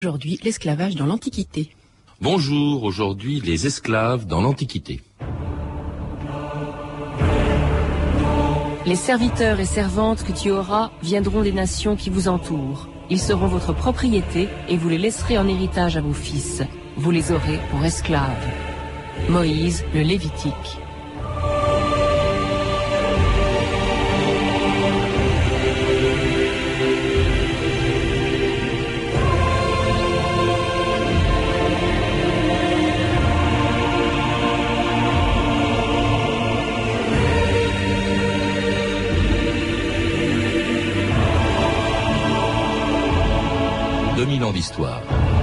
Aujourd'hui, l'esclavage dans l'Antiquité. Bonjour, aujourd'hui, les esclaves dans l'Antiquité. Les serviteurs et servantes que tu auras viendront des nations qui vous entourent. Ils seront votre propriété et vous les laisserez en héritage à vos fils. Vous les aurez pour esclaves. Moïse, le Lévitique. Ans d'histoire.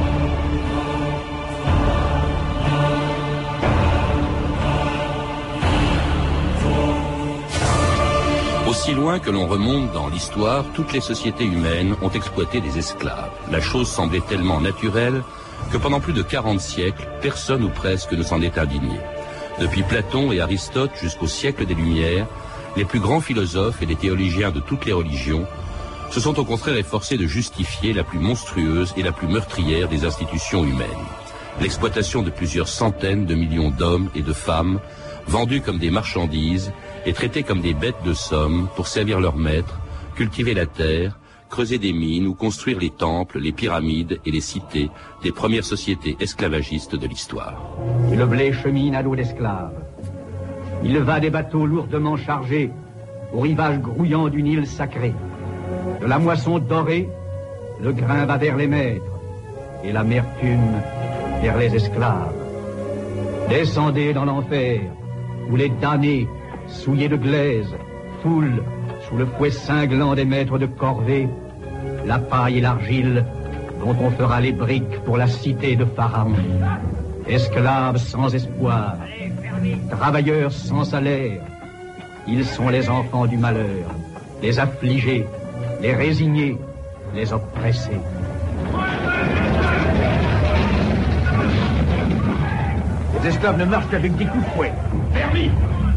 Aussi loin que l'on remonte dans l'histoire, toutes les sociétés humaines ont exploité des esclaves. La chose semblait tellement naturelle que pendant plus de 40 siècles, personne ou presque ne s'en est indigné. Depuis Platon et Aristote jusqu'au siècle des Lumières, les plus grands philosophes et les théologiens de toutes les religions se sont au contraire efforcés de justifier la plus monstrueuse et la plus meurtrière des institutions humaines. L'exploitation de plusieurs centaines de millions d'hommes et de femmes, vendus comme des marchandises et traités comme des bêtes de somme pour servir leurs maîtres, cultiver la terre, creuser des mines ou construire les temples, les pyramides et les cités des premières sociétés esclavagistes de l'histoire. Et le blé chemine à l'eau d'esclaves. Il va des bateaux lourdement chargés au rivage grouillant d'une île sacrée. De la moisson dorée, le grain va vers les maîtres et l'amertume vers les esclaves. Descendez dans l'enfer, où les damnés, souillés de glaise, foulent, sous le fouet cinglant des maîtres de corvée, la paille et l'argile dont on fera les briques pour la cité de Pharaon. Esclaves sans espoir, travailleurs sans salaire, ils sont les enfants du malheur, les affligés, les résignés, les oppressés. Les esclaves ne marchent qu'avec des coups de fouet. Permis.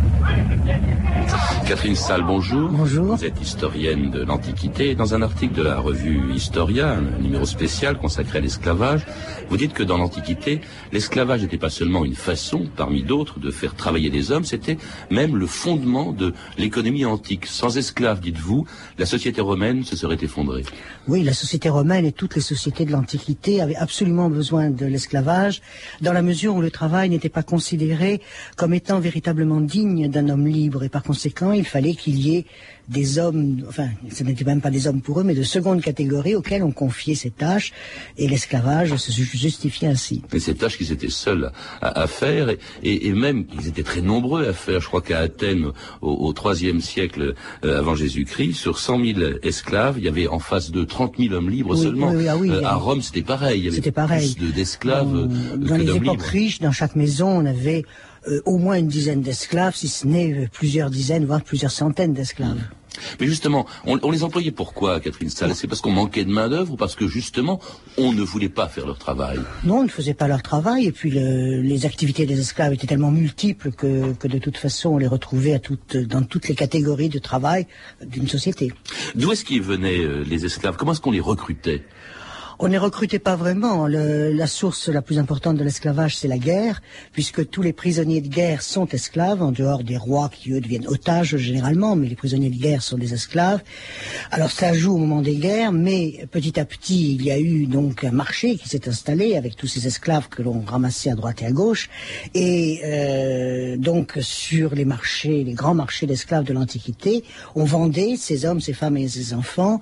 Catherine Salle, bonjour. Bonjour. Vous êtes historienne de l'Antiquité. Dans un article de la revue Historia, un numéro spécial consacré à l'esclavage, vous dites que dans l'Antiquité, l'esclavage n'était pas seulement une façon, parmi d'autres, de faire travailler des hommes, c'était même le fondement de l'économie antique. Sans esclaves, dites-vous, la société romaine se serait effondrée. Oui, la société romaine et toutes les sociétés de l'Antiquité avaient absolument besoin de l'esclavage, dans la mesure où le travail n'était pas considéré comme étant véritablement digne d'un homme libre, et par conséquent, il fallait qu'il y ait des hommes, enfin, ce n'étaient même pas des hommes pour eux, mais de seconde catégorie auxquels on confiait ces tâches, et l'esclavage se justifiait ainsi. Et ces tâches qu'ils étaient seuls à faire, et même qu'ils étaient très nombreux à faire. Je crois qu'à Athènes, au IIIe siècle avant Jésus-Christ, sur 100 000 esclaves, il y avait en face de 30 000 hommes libres seulement. À Rome, c'était pareil. Il y avait plus d'esclaves dans les époques riches, dans chaque maison, on avait au moins une dizaine d'esclaves, si ce n'est plusieurs dizaines, voire plusieurs centaines d'esclaves. Mais justement, on les employait pourquoi, Catherine Salle? C'est parce qu'on manquait de main-d'œuvre ou parce que justement, on ne voulait pas faire leur travail? Non, on ne faisait pas leur travail, et puis les activités des esclaves étaient tellement multiples que de toute façon, on les retrouvait dans toutes les catégories de travail d'une société. D'où est-ce qu'ils venaient, les esclaves? Comment est-ce qu'on les recrutait? On ne les recrutait pas vraiment. La source la plus importante de l'esclavage, c'est la guerre, puisque tous les prisonniers de guerre sont esclaves, en dehors des rois qui, eux, deviennent otages généralement, mais les prisonniers de guerre sont des esclaves. Alors ça joue au moment des guerres, mais petit à petit, il y a eu donc un marché qui s'est installé avec tous ces esclaves que l'on ramassait à droite et à gauche, et donc sur les marchés, les grands marchés d'esclaves de l'Antiquité, on vendait ces hommes, ces femmes et ces enfants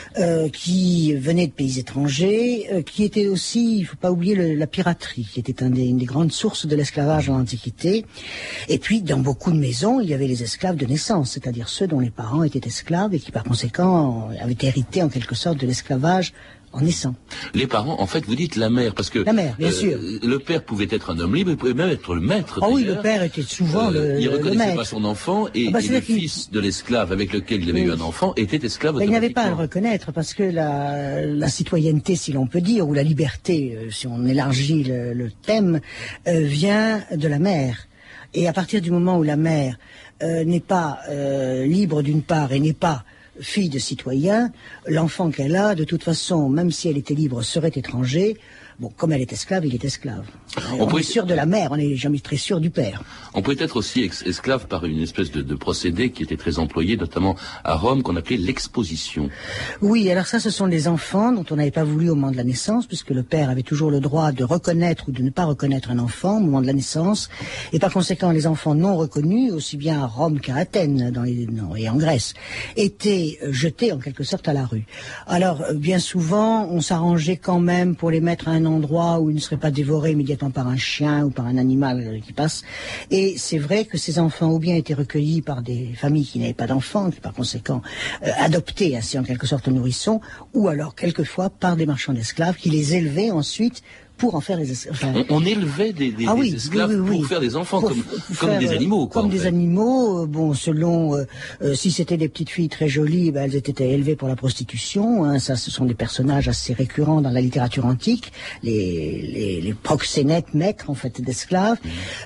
qui venaient de pays étrangers, qui était aussi, il ne faut pas oublier la piraterie, qui était une des grandes sources de l'esclavage en Antiquité. Et puis, dans beaucoup de maisons, il y avait les esclaves de naissance, c'est-à-dire ceux dont les parents étaient esclaves et qui, par conséquent, avaient hérité en quelque sorte de l'esclavage en naissant. Les parents, en fait, vous dites la mère, parce que la mère, bien sûr. Le père pouvait être un homme libre, il pouvait même être le maître. Ah oui, le père était souvent le maître. Il reconnaissait pas son enfant, et le fils de l'esclave avec lequel il avait eu un enfant était esclave automatiquement. Il n'avait pas à le reconnaître, parce que la citoyenneté, si l'on peut dire, ou la liberté, si on élargit le thème, vient de la mère. Et à partir du moment où la mère n'est pas libre d'une part et n'est pas fille de citoyen, l'enfant qu'elle a, de toute façon, même si elle était libre, serait étranger. Bon, comme elle est esclave, il est esclave. On est sûr de la mère, on n'est jamais très sûr du père. On peut être aussi esclave par une espèce de procédé qui était très employé, notamment à Rome, qu'on appelait l'exposition. Oui, alors ça, ce sont les enfants dont on n'avait pas voulu au moment de la naissance, puisque le père avait toujours le droit de reconnaître ou de ne pas reconnaître un enfant au moment de la naissance, et par conséquent, les enfants non reconnus, aussi bien à Rome qu'à Athènes et en Grèce, étaient jetés en quelque sorte à la rue. Alors, bien souvent, on s'arrangeait quand même pour les mettre à un endroit où ils ne seraient pas dévorés immédiatement par un chien ou par un animal qui passe. Et c'est vrai que ces enfants ou bien étaient recueillis par des familles qui n'avaient pas d'enfants, qui par conséquent adoptés ainsi en quelque sorte nourrissons, ou alors quelquefois par des marchands d'esclaves qui les élevaient ensuite pour en faire des esclaves. Enfin, on élevait des esclaves pour faire des enfants, comme des animaux. Quoi, comme des animaux, bon, selon si c'était des petites filles très jolies, ben, elles étaient élevées pour la prostitution. Hein, ça, ce sont des personnages assez récurrents dans la littérature antique, les proxénètes, maîtres en fait d'esclaves.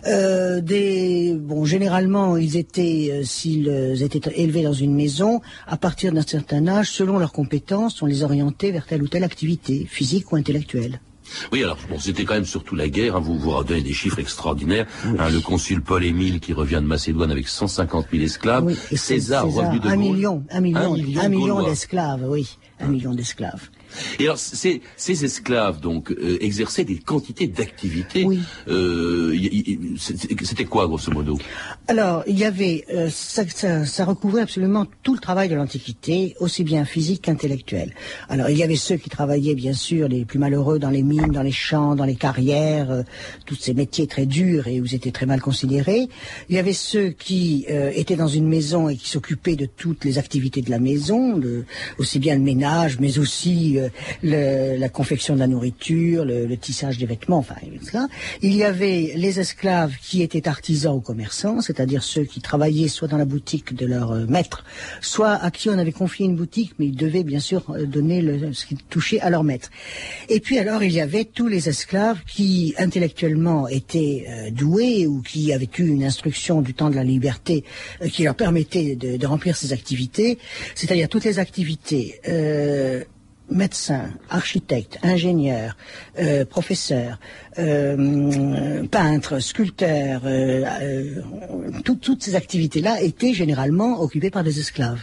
Bon, généralement, ils étaient, s'ils étaient élevés dans une maison, à partir d'un certain âge, selon leurs compétences, on les orientait vers telle ou telle activité, physique ou intellectuelle. Oui, alors bon, c'était quand même surtout la guerre. Hein, vous redonnez des chiffres extraordinaires. Oui. Hein, le consul Paul-Émile qui revient de Macédoine avec 150 000 esclaves. Oui, César revenu de Gaulle. Un million d'esclaves, oui. 1 million d'esclaves. Et alors, ces esclaves, donc, exerçaient des quantités d'activités. Oui. C'était quoi, grosso modo? Alors, il y avait, ça recouvrait absolument tout le travail de l'Antiquité, aussi bien physique qu'intellectuel. Alors, il y avait ceux qui travaillaient, bien sûr, les plus malheureux dans les mines, dans les champs, dans les carrières, tous ces métiers très durs et où ils étaient très mal considérés. Il y avait ceux qui étaient dans une maison et qui s'occupaient de toutes les activités de la maison, aussi bien le ménage, mais aussi la confection de la nourriture, le tissage des vêtements, enfin, etc. Il y avait les esclaves qui étaient artisans ou commerçants, c'est-à-dire ceux qui travaillaient soit dans la boutique de leur maître, soit à qui on avait confié une boutique, mais ils devaient bien sûr donner ce qui touchait à leur maître. Et puis alors, il y avait tous les esclaves qui, intellectuellement, étaient doués ou qui avaient eu une instruction du temps de la liberté qui leur permettait de remplir ces activités, c'est-à-dire toutes les activités médecins, architectes, ingénieurs, professeurs, peintres, sculpteurs, toutes ces activités-là étaient généralement occupées par des esclaves.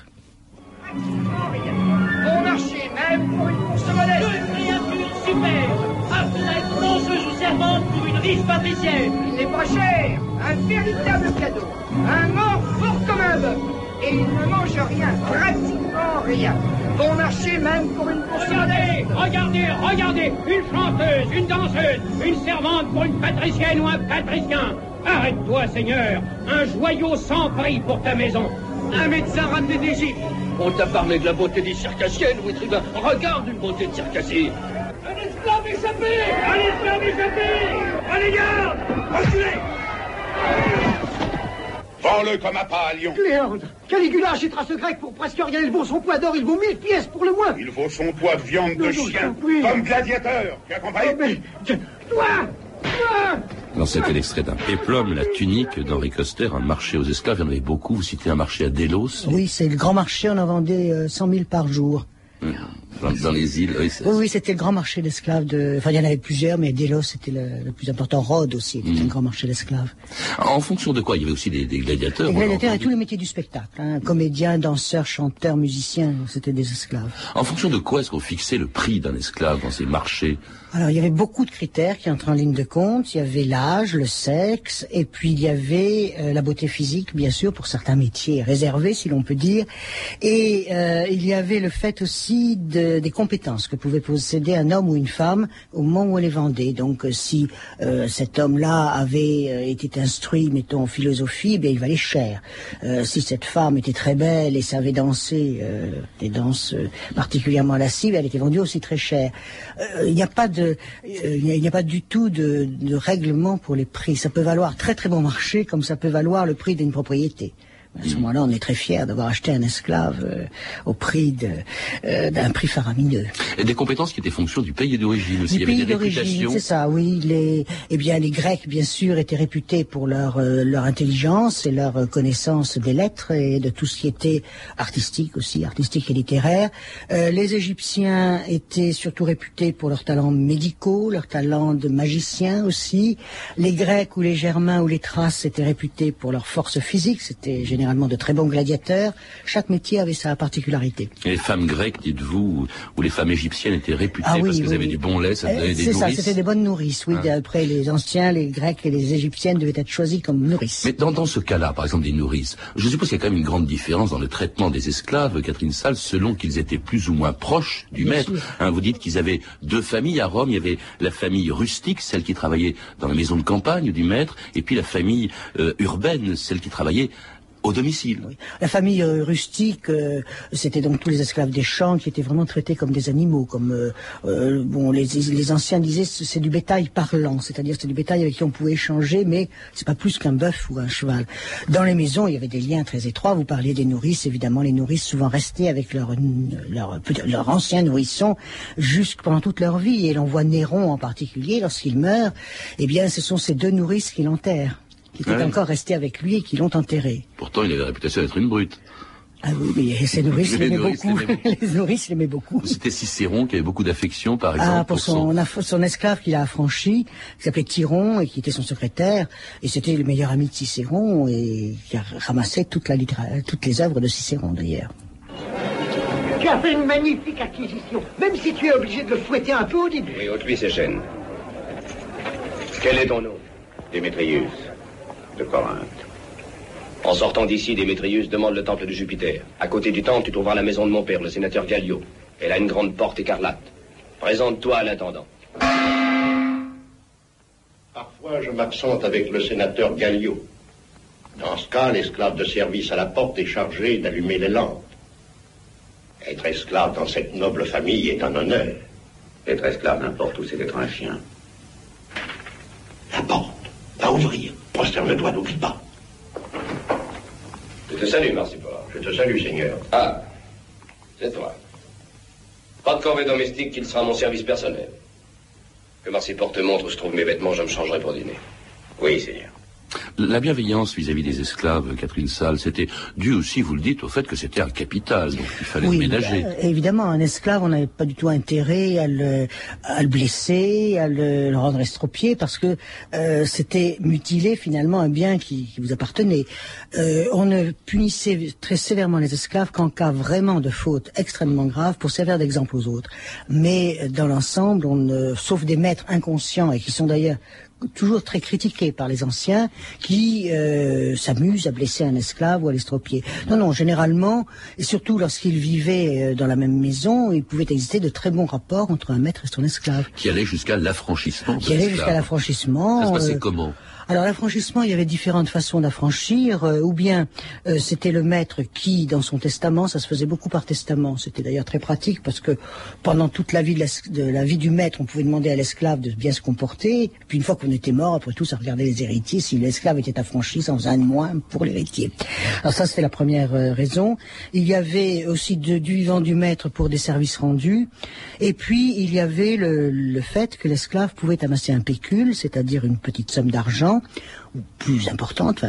Bon marché, même pour une course modeste. Deux créatures superbes, athlètes, danseuses ou servantes pour une riche patricienne. Il n'est pas cher, un véritable cadeau, un mort fort comme un bœuf. Et il ne mange rien, pratiquement rien. Bon marché même pour une course. Regardez, une chanteuse, une danseuse, une servante pour une patricienne ou un patricien. Arrête-toi, Seigneur, un joyau sans prix pour ta maison. Un médecin ramené d'Égypte. On t'a parlé de la beauté des circassiennes, oui, tribun. Regarde une beauté de circassienne. Un esclave échappé. Allez, garde. Reculez. Vends-le comme un pas à Lyon. Cléandre, Caligula achètera ce grec pour presque rien. Il vaut son poids d'or, il vaut 1000 pièces pour le moins. Il vaut son poids de viande de chien, comme gladiateur. Tu as compris? Toi. Alors c'était l'extrait d'un péplum, la tunique d'Henri Coster, un marché aux esclaves. Il y en avait beaucoup. Vous citez un marché à Délos. Oui, c'est le grand marché. On en vendait 100 000 par jour. Dans les îles, oui, c'était le grand marché d'esclaves. Enfin, il y en avait plusieurs, mais Délos c'était le plus important. Rhodes aussi était un grand marché d'esclaves. En fonction de quoi? Il y avait aussi des gladiateurs. Des gladiateurs et tous les métiers du spectacle. Hein. Comédiens, danseurs, chanteurs, musiciens, c'était des esclaves. En fonction de quoi est-ce qu'on fixait le prix d'un esclave dans ces marchés? Alors, il y avait beaucoup de critères qui entrent en ligne de compte. Il y avait l'âge, le sexe, et puis il y avait la beauté physique, bien sûr, pour certains métiers réservés, si l'on peut dire. Et il y avait le fait aussi des compétences que pouvait posséder un homme ou une femme au moment où on les vendait. Donc, si cet homme-là avait été instruit, mettons, en philosophie, bien, il valait cher. Si cette femme était très belle et savait danser des danses particulièrement lascives, elle était vendue aussi très cher. Il n'y a pas du tout de règlement pour les prix. Ça peut valoir très très bon marché, comme ça peut valoir le prix d'une propriété. À ce moment-là, on est très fiers d'avoir acheté un esclave au prix d'un prix faramineux. Et des compétences qui étaient fonction du pays d'origine aussi. Du pays d'origine, c'est ça, oui. Les Grecs, bien sûr, étaient réputés pour leur intelligence et leur connaissance des lettres et de tout ce qui était artistique aussi, artistique et littéraire. Les Égyptiens étaient surtout réputés pour leurs talents médicaux, leurs talents de magiciens aussi. Les Grecs ou les Germains ou les Thraces étaient réputés pour leur force physique. C'était généralement de très bons gladiateurs. Chaque métier avait sa particularité. Et les femmes grecques, dites-vous, ou les femmes égyptiennes étaient réputées parce qu'elles avaient du bon lait, ça donnait des nourrices. C'est ça, c'était des bonnes nourrices, oui. Après, les anciens, les Grecs et les Égyptiennes devaient être choisis comme nourrices. Mais dans ce cas-là, par exemple, des nourrices, je suppose qu'il y a quand même une grande différence dans le traitement des esclaves, Catherine Salle, selon qu'ils étaient plus ou moins proches du maître. Vous dites qu'ils avaient deux familles à Rome. Il y avait la famille rustique, celle qui travaillait dans la maison de campagne du maître, et puis la famille urbaine, celle qui travaillait au domicile. Oui. La famille rustique, c'était donc tous les esclaves des champs qui étaient vraiment traités comme des animaux, comme les anciens disaient c'est du bétail parlant, c'est-à-dire c'est du bétail avec qui on pouvait échanger, mais c'est pas plus qu'un bœuf ou un cheval. Dans les maisons, il y avait des liens très étroits. Vous parliez des nourrices, évidemment, les nourrices souvent restaient avec leur ancien nourrisson pendant toute leur vie. Et l'on voit Néron en particulier, lorsqu'il meurt, eh bien, ce sont ces deux nourrices qui l'enterrent, qui étaient encore restés avec lui et qui l'ont enterré. Pourtant, il avait la réputation d'être une brute. Ah oui, mais ces nourrices l'aimaient beaucoup. Les nourrices l'aimaient beaucoup. C'était Cicéron qui avait beaucoup d'affection, par exemple. Pour son esclave qu'il a affranchi, qui s'appelait Tyron et qui était son secrétaire. Et c'était le meilleur ami de Cicéron et qui a ramassé toutes les œuvres de Cicéron, d'ailleurs. Tu as fait une magnifique acquisition, même si tu es obligé de le fouetter un peu au début. Oui, ôte-lui ses chaînes. Quel est ton nom? Démétrius, de Corinthe. En sortant d'ici, Démétrius, demande le temple de Jupiter. À côté du temple, tu trouveras la maison de mon père, le sénateur Gallio. Elle a une grande porte écarlate. Présente-toi à l'intendant. Parfois, je m'absente avec le sénateur Gallio. Dans ce cas, l'esclave de service à la porte est chargé d'allumer les lampes. Être esclave dans cette noble famille est un honneur. Être esclave n'importe où, c'est être un chien. La porte, va ouvrir. Prosterne-toi, n'oublie pas. Je te salue, Marcipore. Je te salue, Seigneur. Ah, c'est toi. Pas de corvée domestique qu'il sera à mon service personnel. Que Marcipore te montre où se trouvent mes vêtements, je me changerai pour dîner. Oui, Seigneur. La bienveillance vis-à-vis des esclaves, Catherine Salle, c'était dû aussi, vous le dites, au fait que c'était un capital, donc il fallait le ménager. Évidemment, un esclave, on n'avait pas du tout intérêt à le blesser, à le rendre estropié, parce que c'était mutiler finalement un bien qui vous appartenait. On ne punissait très sévèrement les esclaves qu'en cas vraiment de faute extrêmement grave pour servir d'exemple aux autres. Mais dans l'ensemble, sauf des maîtres inconscients et qui sont d'ailleurs toujours très critiqués par les anciens, qui s'amusent à blesser un esclave ou à l'estropier. Non, généralement, et surtout lorsqu'ils vivaient dans la même maison, il pouvait exister de très bons rapports entre un maître et son esclave. Qui allait jusqu'à l'affranchissement. Qui allait jusqu'à l'affranchissement. Ça se passait comment ? Alors l'affranchissement, il y avait différentes façons d'affranchir, ou bien c'était le maître qui, dans son testament, ça se faisait beaucoup par testament. C'était d'ailleurs très pratique parce que pendant toute la vie de la vie du maître, on pouvait demander à l'esclave de bien se comporter. Puis une fois qu'on était mort, après tout, ça regardait les héritiers. Si l'esclave était affranchi, ça en faisait un de moins pour l'héritier. Alors ça, c'était la première raison. Il y avait aussi du vivant du maître pour des services rendus. Et puis il y avait le fait que l'esclave pouvait amasser un pécule, c'est-à-dire une petite somme d'argent, ou plus importante,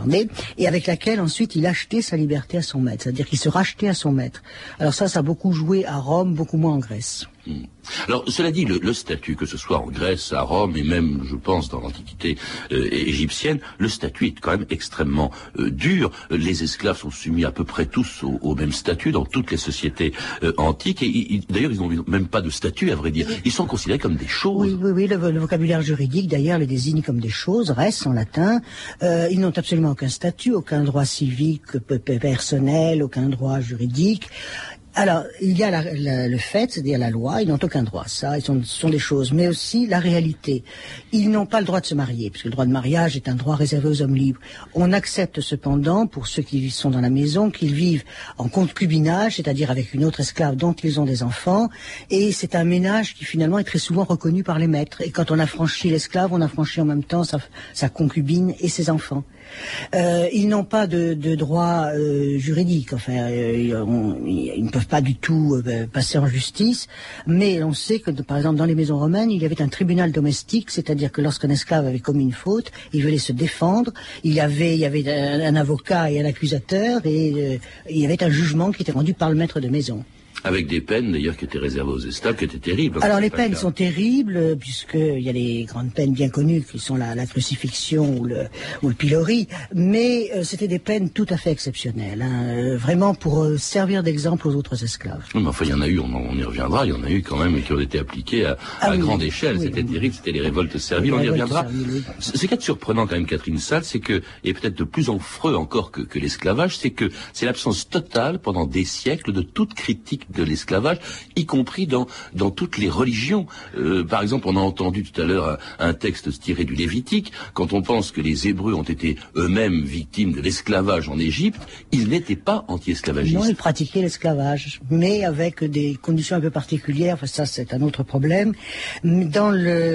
et avec laquelle ensuite il achetait sa liberté à son maître, c'est-à-dire qu'il se rachetait à son maître. Alors ça a beaucoup joué à Rome, beaucoup moins en Grèce. Alors, cela dit, le statut, que ce soit en Grèce, à Rome, et même, je pense, dans l'Antiquité égyptienne, le statut est quand même extrêmement dur. Les esclaves sont soumis à peu près tous au même statut dans toutes les sociétés antiques, et d'ailleurs, ils n'ont même pas de statut, à vrai dire. Ils sont considérés comme des choses. Oui, le vocabulaire juridique, d'ailleurs, les désigne comme des choses, res en latin. Ils n'ont absolument aucun statut, aucun droit civique personnel, aucun droit juridique. Alors, il y a le fait, c'est-à-dire la loi, ils n'ont aucun droit, ça, ce sont des choses, mais aussi la réalité. Ils n'ont pas le droit de se marier, puisque le droit de mariage est un droit réservé aux hommes libres. On accepte cependant, pour ceux qui sont dans la maison, qu'ils vivent en concubinage, c'est-à-dire avec une autre esclave dont ils ont des enfants, et c'est un ménage qui finalement est très souvent reconnu par les maîtres. Et quand on affranchit l'esclave, on affranchit en même temps sa concubine et ses enfants. Ils n'ont pas de droit juridique, enfin, ils ne peuvent pas du tout passer en justice, mais on sait que, par exemple, dans les maisons romaines, il y avait un tribunal domestique, c'est-à-dire que lorsqu'un esclave avait commis une faute, il venait se défendre, il y avait un avocat et un accusateur, et il y avait un jugement qui était rendu par le maître de maison. Avec des peines, d'ailleurs, qui étaient réservées aux esclaves, qui étaient terribles. Alors, les peines sont terribles, puisqu'il y a les grandes peines bien connues, qui sont la crucifixion ou le pilori, mais c'était des peines tout à fait exceptionnelles, hein, vraiment pour servir d'exemple aux autres esclaves. Oui, mais enfin, il y en a eu, on y reviendra, il y en a eu quand même qui ont été appliqués à grande échelle. Oui, c'était terrible, c'était les révoltes serviles, on y reviendra. Ce qui est surprenant quand même, Catherine Salle, c'est que, et peut-être de plus affreux encore que l'esclavage, c'est que c'est l'absence totale pendant des siècles de toute critique de l'esclavage, y compris dans toutes les religions. Par exemple, on a entendu tout à l'heure un texte tiré du Lévitique. Quand on pense que les Hébreux ont été eux-mêmes victimes de l'esclavage en Égypte, ils n'étaient pas anti-esclavagistes. Non, ils pratiquaient l'esclavage, mais avec des conditions un peu particulières. Enfin, ça, c'est un autre problème. Dans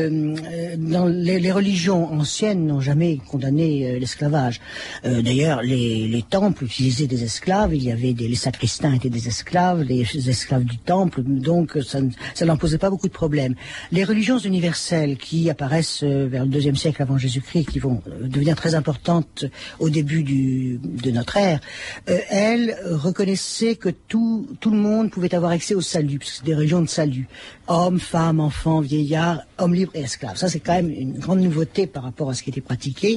les religions anciennes n'ont jamais condamné l'esclavage. D'ailleurs, les temples utilisaient des esclaves. Il y avait les sacristains étaient des esclaves, les esclaves du temple, donc ça n'en posait pas beaucoup de problèmes. Les religions universelles qui apparaissent vers le IIe siècle avant Jésus-Christ, qui vont devenir très importantes au début de notre ère, elles reconnaissaient que tout le monde pouvait avoir accès au salut, puisque c'est des religions de salut. Hommes, femmes, enfants, vieillards, hommes libres et esclaves. Ça, c'est quand même une grande nouveauté par rapport à ce qui était pratiqué.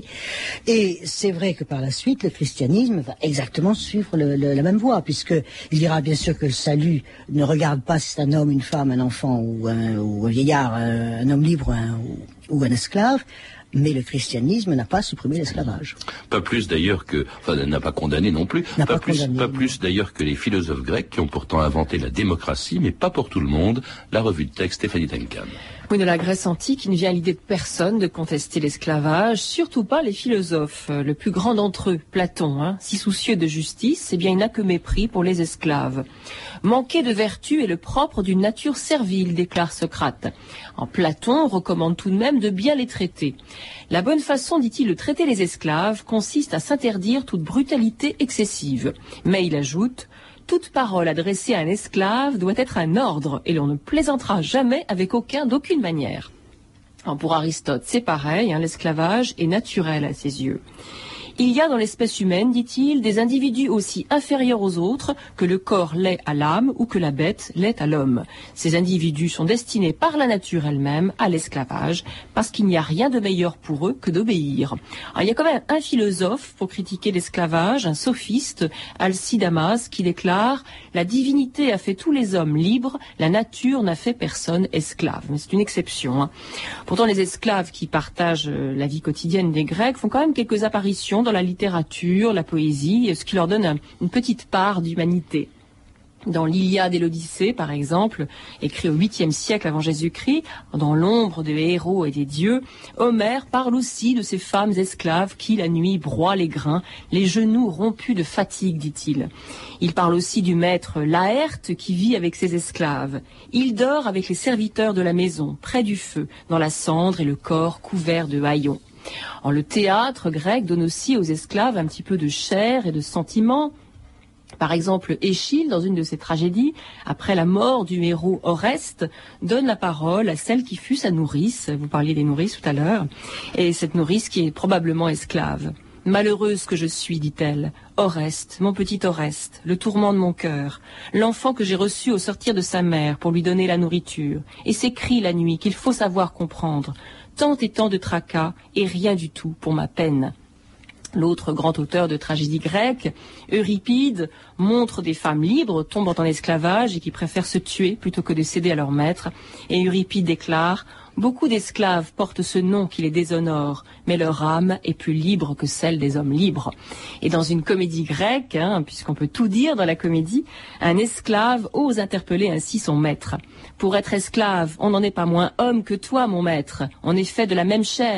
Et c'est vrai que par la suite, le christianisme va exactement suivre la même voie, puisqu'il dira bien sûr que le salut ne regarde pas si c'est un homme, une femme, un enfant ou un vieillard, un homme libre ou un esclave. Mais le christianisme n'a pas supprimé l'esclavage. Pas plus d'ailleurs que, enfin, n'a pas condamné non plus. Pas plus d'ailleurs que les philosophes grecs qui ont pourtant inventé la démocratie, mais pas pour tout le monde. La revue de texte, Stéphanie Duncan. Oui, de la Grèce antique, il ne vient à l'idée de personne de contester l'esclavage, surtout pas les philosophes. Le plus grand d'entre eux, Platon, si soucieux de justice, eh bien, il n'a que mépris pour les esclaves. Manquer de vertu est le propre d'une nature servile, déclare Socrate. En Platon recommande tout de même de bien les traiter. La bonne façon, dit-il, de traiter les esclaves consiste à s'interdire toute brutalité excessive. Mais il ajoute: toute parole adressée à un esclave doit être un ordre, et l'on ne plaisantera jamais avec d'aucune manière. Alors pour Aristote, c'est pareil, l'esclavage est naturel à ses yeux. Il y a dans l'espèce humaine, dit-il, des individus aussi inférieurs aux autres que le corps l'est à l'âme ou que la bête l'est à l'homme. Ces individus sont destinés par la nature elle-même à l'esclavage, parce qu'il n'y a rien de meilleur pour eux que d'obéir. Alors, il y a quand même un philosophe pour critiquer l'esclavage, un sophiste, Alcidamas, qui déclare « La divinité a fait tous les hommes libres, la nature n'a fait personne esclave ». Mais c'est une exception. Pourtant, les esclaves qui partagent la vie quotidienne des Grecs font quand même quelques apparitions dans la littérature, la poésie, ce qui leur donne une petite part d'humanité. Dans l'Iliade et l'Odyssée, par exemple, écrit au 8e siècle avant Jésus-Christ, dans l'ombre des héros et des dieux, Homère parle aussi de ces femmes esclaves qui, la nuit, broient les grains, les genoux rompus de fatigue, dit-il. Il parle aussi du maître Laërte qui vit avec ses esclaves. Il dort avec les serviteurs de la maison, près du feu, dans la cendre et le corps couvert de haillons. Le théâtre grec donne aussi aux esclaves un petit peu de chair et de sentiment. Par exemple, Échille, dans une de ses tragédies, après la mort du héros Oreste, donne la parole à celle qui fut sa nourrice. Vous parliez des nourrices tout à l'heure. Et cette nourrice qui est probablement esclave. « Malheureuse que je suis, dit-elle, Oreste, mon petit Oreste, le tourment de mon cœur, l'enfant que j'ai reçu au sortir de sa mère pour lui donner la nourriture, et ces cris la nuit qu'il faut savoir comprendre. Tant et tant de tracas, et rien du tout pour ma peine. » L'autre grand auteur de tragédie grecque, Euripide, montre des femmes libres tombant en esclavage et qui préfèrent se tuer plutôt que de céder à leur maître. Et Euripide déclare « Beaucoup d'esclaves portent ce nom qui les déshonore, mais leur âme est plus libre que celle des hommes libres. » Et dans une comédie grecque, puisqu'on peut tout dire dans la comédie, un esclave ose interpeller ainsi son maître. « Pour être esclave, on n'en est pas moins homme que toi, mon maître. On est fait de la même chair.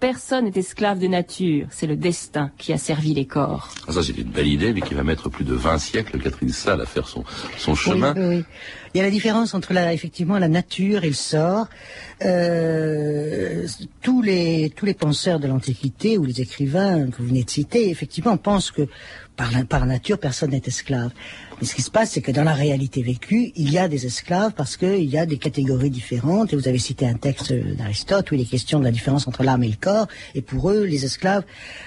personne n'est esclave de nature. C'est le destin qui a servi les corps. Ça, c'est une belle idée, mais qui va mettre plus de 20 siècles, Catherine Salle, à faire son chemin. Oui, oui. Il y a la différence entre effectivement la nature et le sort. Tous les penseurs de l'Antiquité ou les écrivains que vous venez de citer, effectivement, pensent que par nature, personne n'est esclave. Mais ce qui se passe, c'est que dans la réalité vécue, il y a des esclaves parce qu'il y a des catégories différentes. Et vous avez cité un texte d'Aristote où il est question de la différence entre l'âme et le corps. Et pour eux, les esclaves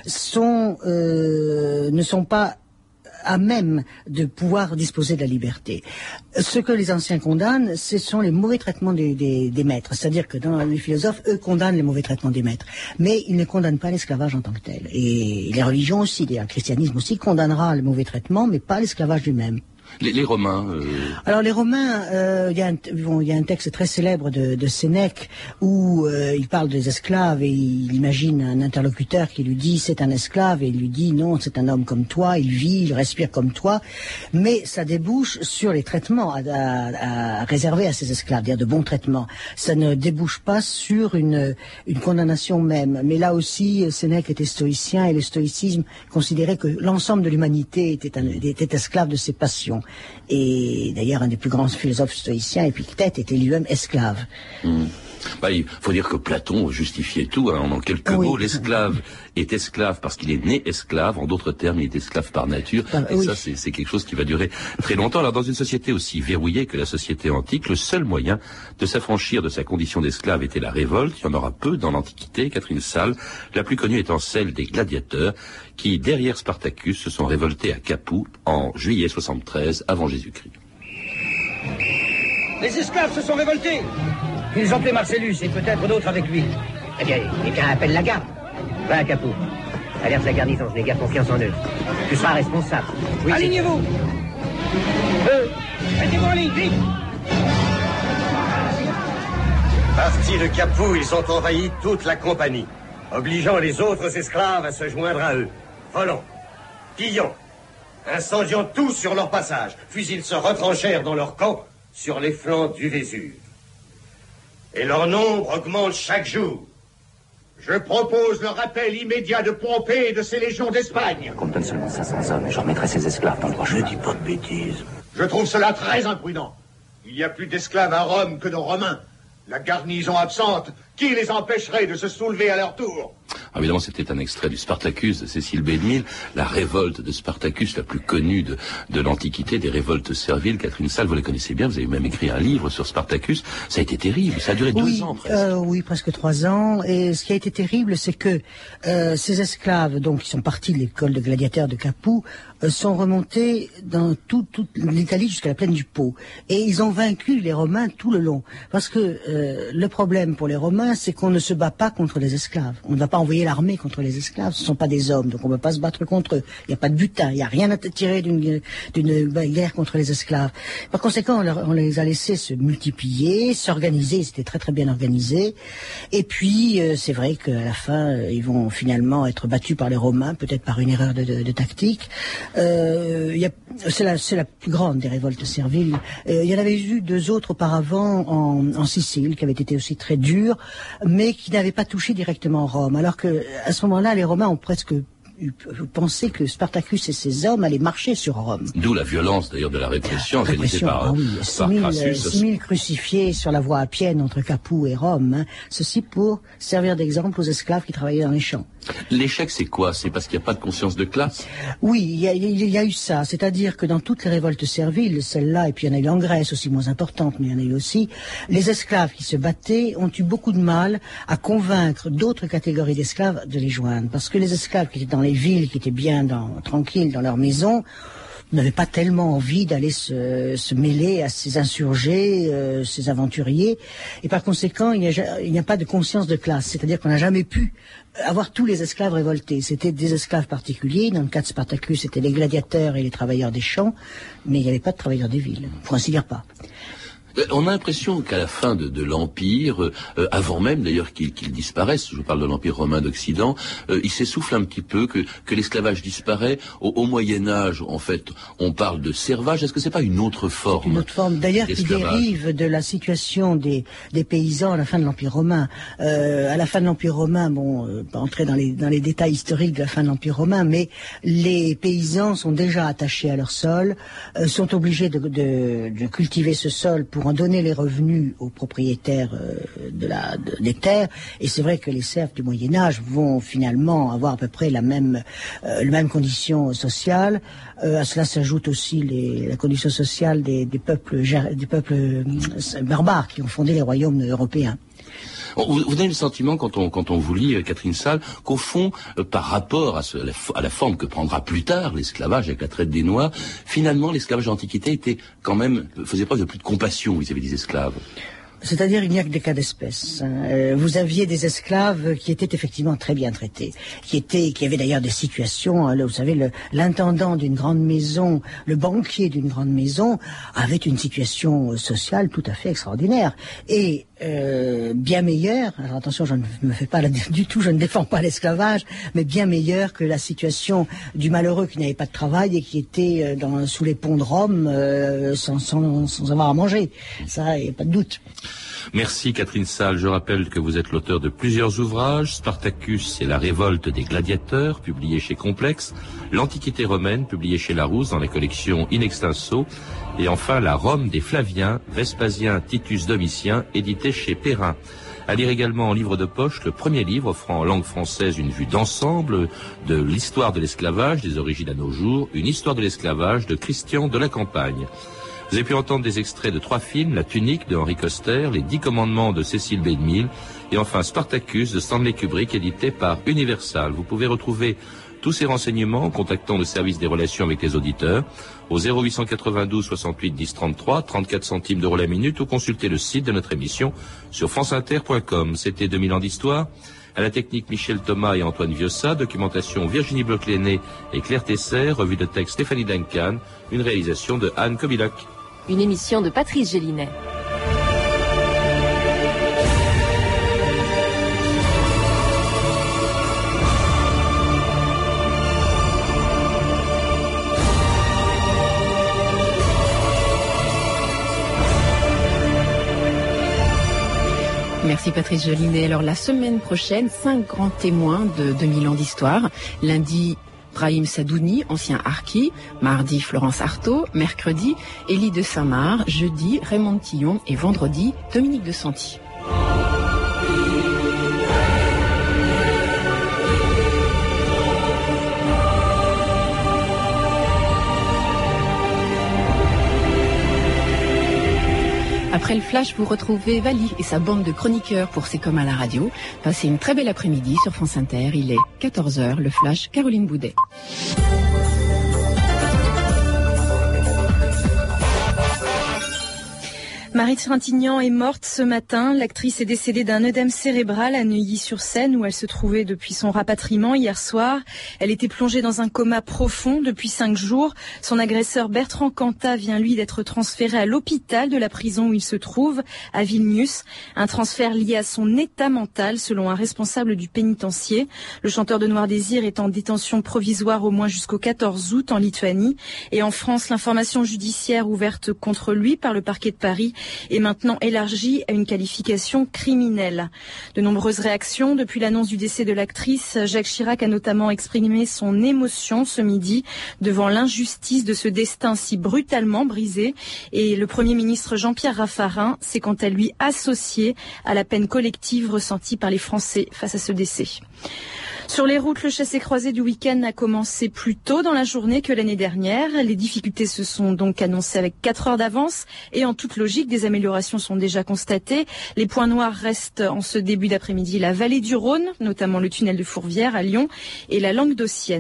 ne sont pas à même de pouvoir disposer de la liberté. Ce que les anciens condamnent, ce sont les mauvais traitements des maîtres. C'est-à-dire que dans les philosophes, eux condamnent les mauvais traitements des maîtres. Mais ils ne condamnent pas l'esclavage en tant que tel. Et les religions aussi, le christianisme aussi condamnera les mauvais traitements, mais pas l'esclavage lui-même. Les Romains. Alors les Romains, il y a un texte très célèbre de Sénèque où il parle des esclaves et il imagine un interlocuteur qui lui dit c'est un esclave et il lui dit non, c'est un homme comme toi, il vit, il respire comme toi, mais ça débouche sur les traitements à réserver à ces esclaves, c'est-à-dire de bons traitements. Ça ne débouche pas sur une condamnation même. Mais là aussi, Sénèque était stoïcien et le stoïcisme considérait que l'ensemble de l'humanité était esclave de ses passions. Et d'ailleurs, un des plus grands philosophes stoïciens, Épictète, était lui-même esclave. Il faut dire que Platon justifiait tout, en quelques mots. L'esclave est esclave parce qu'il est né esclave. En d'autres termes, il est esclave par nature. Et ça, c'est quelque chose qui va durer très longtemps. Alors, dans une société aussi verrouillée que la société antique, le seul moyen de s'affranchir de sa condition d'esclave était la révolte. Il y en aura peu dans l'Antiquité, Catherine Salle, la plus connue étant celle des gladiateurs, qui, derrière Spartacus, se sont révoltés à Capoue en juillet 73 avant Jésus-Christ. Les esclaves se sont révoltés. Ils ont appelé Marcellus et peut-être d'autres avec lui. Eh bien, appelle la garde. Va à Capoue. Alerte la garnison, je n'ai guère confiance en eux. Tu seras responsable. Oui, alignez-vous. Mettez-vous en ligne, vite. Partis de Capoue, ils ont envahi toute la compagnie, obligeant les autres esclaves à se joindre à eux. Volant, pillant, incendiant tout sur leur passage, puis ils se retranchèrent dans leur camp sur les flancs du Vésuve. Et leur nombre augmente chaque jour. Je propose le rappel immédiat de Pompée et de ses légions d'Espagne. Qu'on me donne seulement 500 hommes et je remettrai ces esclaves dans le droit chemin. Ne dis pas de bêtises. Je trouve cela très imprudent. Il y a plus d'esclaves à Rome que de Romains. La garnison absente, qui les empêcherait de se soulever à leur tour? Évidemment, c'était un extrait du Spartacus de Cécile B. DeMille, la révolte de Spartacus, la plus connue de l'Antiquité, des révoltes serviles. Catherine Salle, vous la connaissez bien, vous avez même écrit un livre sur Spartacus. Ça a été terrible, ça a duré 2 ans presque. Oui, presque 3 ans. Et ce qui a été terrible, c'est que ces esclaves, donc, qui sont partis de l'école de gladiateurs de Capoue, sont remontés dans toute l'Italie jusqu'à la plaine du Pô. Et ils ont vaincu les Romains tout le long. Parce que le problème pour les Romains, c'est qu'on ne se bat pas contre les esclaves. On ne va pas envoyer l'armée contre les esclaves. Ce ne sont pas des hommes, donc on ne peut pas se battre contre eux. Il n'y a pas de butin, il n'y a rien à tirer d'une guerre contre les esclaves. Par conséquent, on les a laissés se multiplier, s'organiser. Ils étaient très très bien organisés. Et puis, c'est vrai qu'à la fin, ils vont finalement être battus par les Romains, peut-être par une erreur de tactique. C'est la plus grande des révoltes serviles. Il y en avait eu 2 autres auparavant en Sicile, qui avaient été aussi très dures, mais qui n'avaient pas touché directement Rome. Alors que à ce moment-là, les Romains ont presque pensé que Spartacus et ses hommes allaient marcher sur Rome. D'où la violence d'ailleurs de la répression organisée par Crassus. 6000 crucifiés sur la voie appienne entre Capoue et Rome. Ceci pour servir d'exemple aux esclaves qui travaillaient dans les champs. L'échec, c'est quoi? C'est parce qu'il n'y a pas de conscience de classe? Oui, il y a eu ça. C'est-à-dire que dans toutes les révoltes serviles, celle-là, et puis il y en a eu en Grèce aussi moins importante, mais il y en a eu aussi, les esclaves qui se battaient ont eu beaucoup de mal à convaincre d'autres catégories d'esclaves de les joindre. Parce que les esclaves qui étaient dans les villes, qui étaient bien tranquilles dans leur maison, n'avaient pas tellement envie d'aller se mêler à ces insurgés, ces aventuriers. Et par conséquent, il n'y a pas de conscience de classe. C'est-à-dire qu'on n'a jamais pu avoir tous les esclaves révoltés. C'était des esclaves particuliers. Dans le cas de Spartacus, c'était les gladiateurs et les travailleurs des champs. Mais il n'y avait pas de travailleurs des villes. Pour ainsi dire pas. On a l'impression qu'à la fin de l'Empire, avant même d'ailleurs qu'il disparaisse, je parle de l'Empire romain d'Occident, il s'essouffle un petit peu, que l'esclavage disparaît. Au Moyen-Âge, en fait, on parle de servage. Est-ce que c'est pas une autre forme? Une autre forme, d'ailleurs, qui dérive de la situation des paysans à la fin de l'Empire romain. À la fin de l'Empire romain, pas entrer dans les détails historiques de la fin de l'Empire romain, mais les paysans sont déjà attachés à leur sol, sont obligés de cultiver ce sol pour en donner les revenus aux propriétaires des terres. Et c'est vrai que les serfs du Moyen-Âge vont finalement avoir à peu près la même condition sociale. À cela s'ajoute aussi la condition sociale des peuples barbares qui ont fondé les royaumes européens. Vous avez le sentiment, quand on vous lit, Catherine Salle, qu'au fond, par rapport à la forme que prendra plus tard l'esclavage avec la traite des Noirs, finalement, l'esclavage d'Antiquité faisait preuve de plus de compassion vis-à-vis des esclaves. C'est-à-dire, il n'y a que des cas d'espèce. Vous aviez des esclaves qui étaient effectivement très bien traités, qui avaient d'ailleurs des situations. Là, vous savez, l'intendant d'une grande maison, le banquier d'une grande maison, avait une situation sociale tout à fait extraordinaire et bien meilleure. Alors attention, je ne me fais pas du tout, je ne défends pas l'esclavage, mais bien meilleure que la situation du malheureux qui n'avait pas de travail et qui était sous les ponts de Rome sans avoir à manger. Ça, il n'y a pas de doute. Merci Catherine Salle. Je rappelle que vous êtes l'auteur de plusieurs ouvrages, Spartacus et la révolte des gladiateurs, publié chez Complexe, l'Antiquité romaine, publié chez Larousse dans les collections In Extenso, et enfin la Rome des Flaviens, Vespasien, Titus, Domitien, édité chez Perrin. À lire également en livre de poche le premier livre offrant en langue française une vue d'ensemble de l'histoire de l'esclavage, des origines à nos jours, une histoire de l'esclavage de Christian de la Campagne. Vous avez pu entendre des extraits de 3 films, La Tunique de Henri Coster, Les 10 commandements de Cécile B. DeMille et enfin Spartacus de Stanley Kubrick, édité par Universal. Vous pouvez retrouver tous ces renseignements en contactant le service des relations avec les auditeurs au 0892 68 10 33, 34 centimes d'euros la minute, ou consulter le site de notre émission sur franceinter.com. C'était 2000 ans d'histoire. À la technique, Michel Thomas et Antoine Viossa, documentation Virginie Bloch-Léné et Claire Tesser, revue de texte Stéphanie Duncan, une réalisation de Anne Kobilac. Une émission de Patrice Gélinet. Merci Patrice Gélinet. Alors la semaine prochaine, 5 grands témoins de 2000 ans d'histoire. Lundi, Brahim Sadouni, ancien harki. Mardi, Florence Artaud. Mercredi, Élie de Saint-Marc. Jeudi, Raymond Tillon. Et vendredi, Dominique de Santi. Après le flash, vous retrouvez Vali et sa bande de chroniqueurs pour C'est comme à la radio. Passez une très belle après-midi sur France Inter. Il est 14h, le flash, Caroline Boudet. Marie Trintignant est morte ce matin. L'actrice est décédée d'un œdème cérébral à Neuilly-sur-Seine où elle se trouvait depuis son rapatriement hier soir. Elle était plongée dans un coma profond depuis 5 jours. Son agresseur Bertrand Cantat vient lui d'être transféré à l'hôpital de la prison où il se trouve, à Vilnius. Un transfert lié à son état mental selon un responsable du pénitencier. Le chanteur de Noir Désir est en détention provisoire au moins jusqu'au 14 août en Lituanie. Et en France, l'information judiciaire ouverte contre lui par le parquet de Paris est maintenant élargie à une qualification criminelle. De nombreuses réactions depuis l'annonce du décès de l'actrice. Jacques Chirac a notamment exprimé son émotion ce midi devant l'injustice de ce destin si brutalement brisé. Et le Premier ministre Jean-Pierre Raffarin s'est quant à lui associé à la peine collective ressentie par les Français face à ce décès. Sur les routes, le chassé-croisé du week-end a commencé plus tôt dans la journée que l'année dernière. Les difficultés se sont donc annoncées avec 4 heures d'avance et en toute logique, des améliorations sont déjà constatées. Les points noirs restent en ce début d'après-midi la vallée du Rhône, notamment le tunnel de Fourvière à Lyon et la Languedocienne.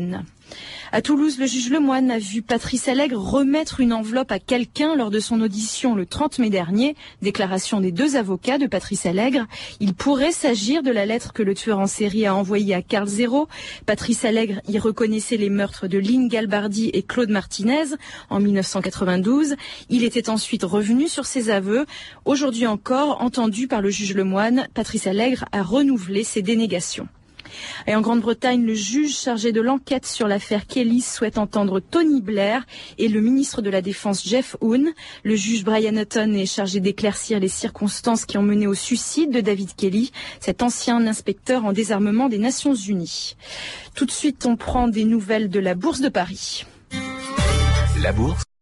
À Toulouse, le juge Lemoine a vu Patrice Allègre remettre une enveloppe à quelqu'un lors de son audition le 30 mai dernier. Déclaration des 2 avocats de Patrice Allègre. Il pourrait s'agir de la lettre que le tueur en série a envoyée à Carl Zero. Patrice Allègre y reconnaissait les meurtres de Lynn Galbardi et Claude Martinez en 1992. Il était ensuite revenu sur ses aveux. Aujourd'hui encore, entendu par le juge Lemoine, Patrice Allègre a renouvelé ses dénégations. Et en Grande-Bretagne, le juge chargé de l'enquête sur l'affaire Kelly souhaite entendre Tony Blair et le ministre de la Défense Jeff Hoon. Le juge Brian Hutton est chargé d'éclaircir les circonstances qui ont mené au suicide de David Kelly, cet ancien inspecteur en désarmement des Nations Unies. Tout de suite, on prend des nouvelles de la Bourse de Paris. La Bourse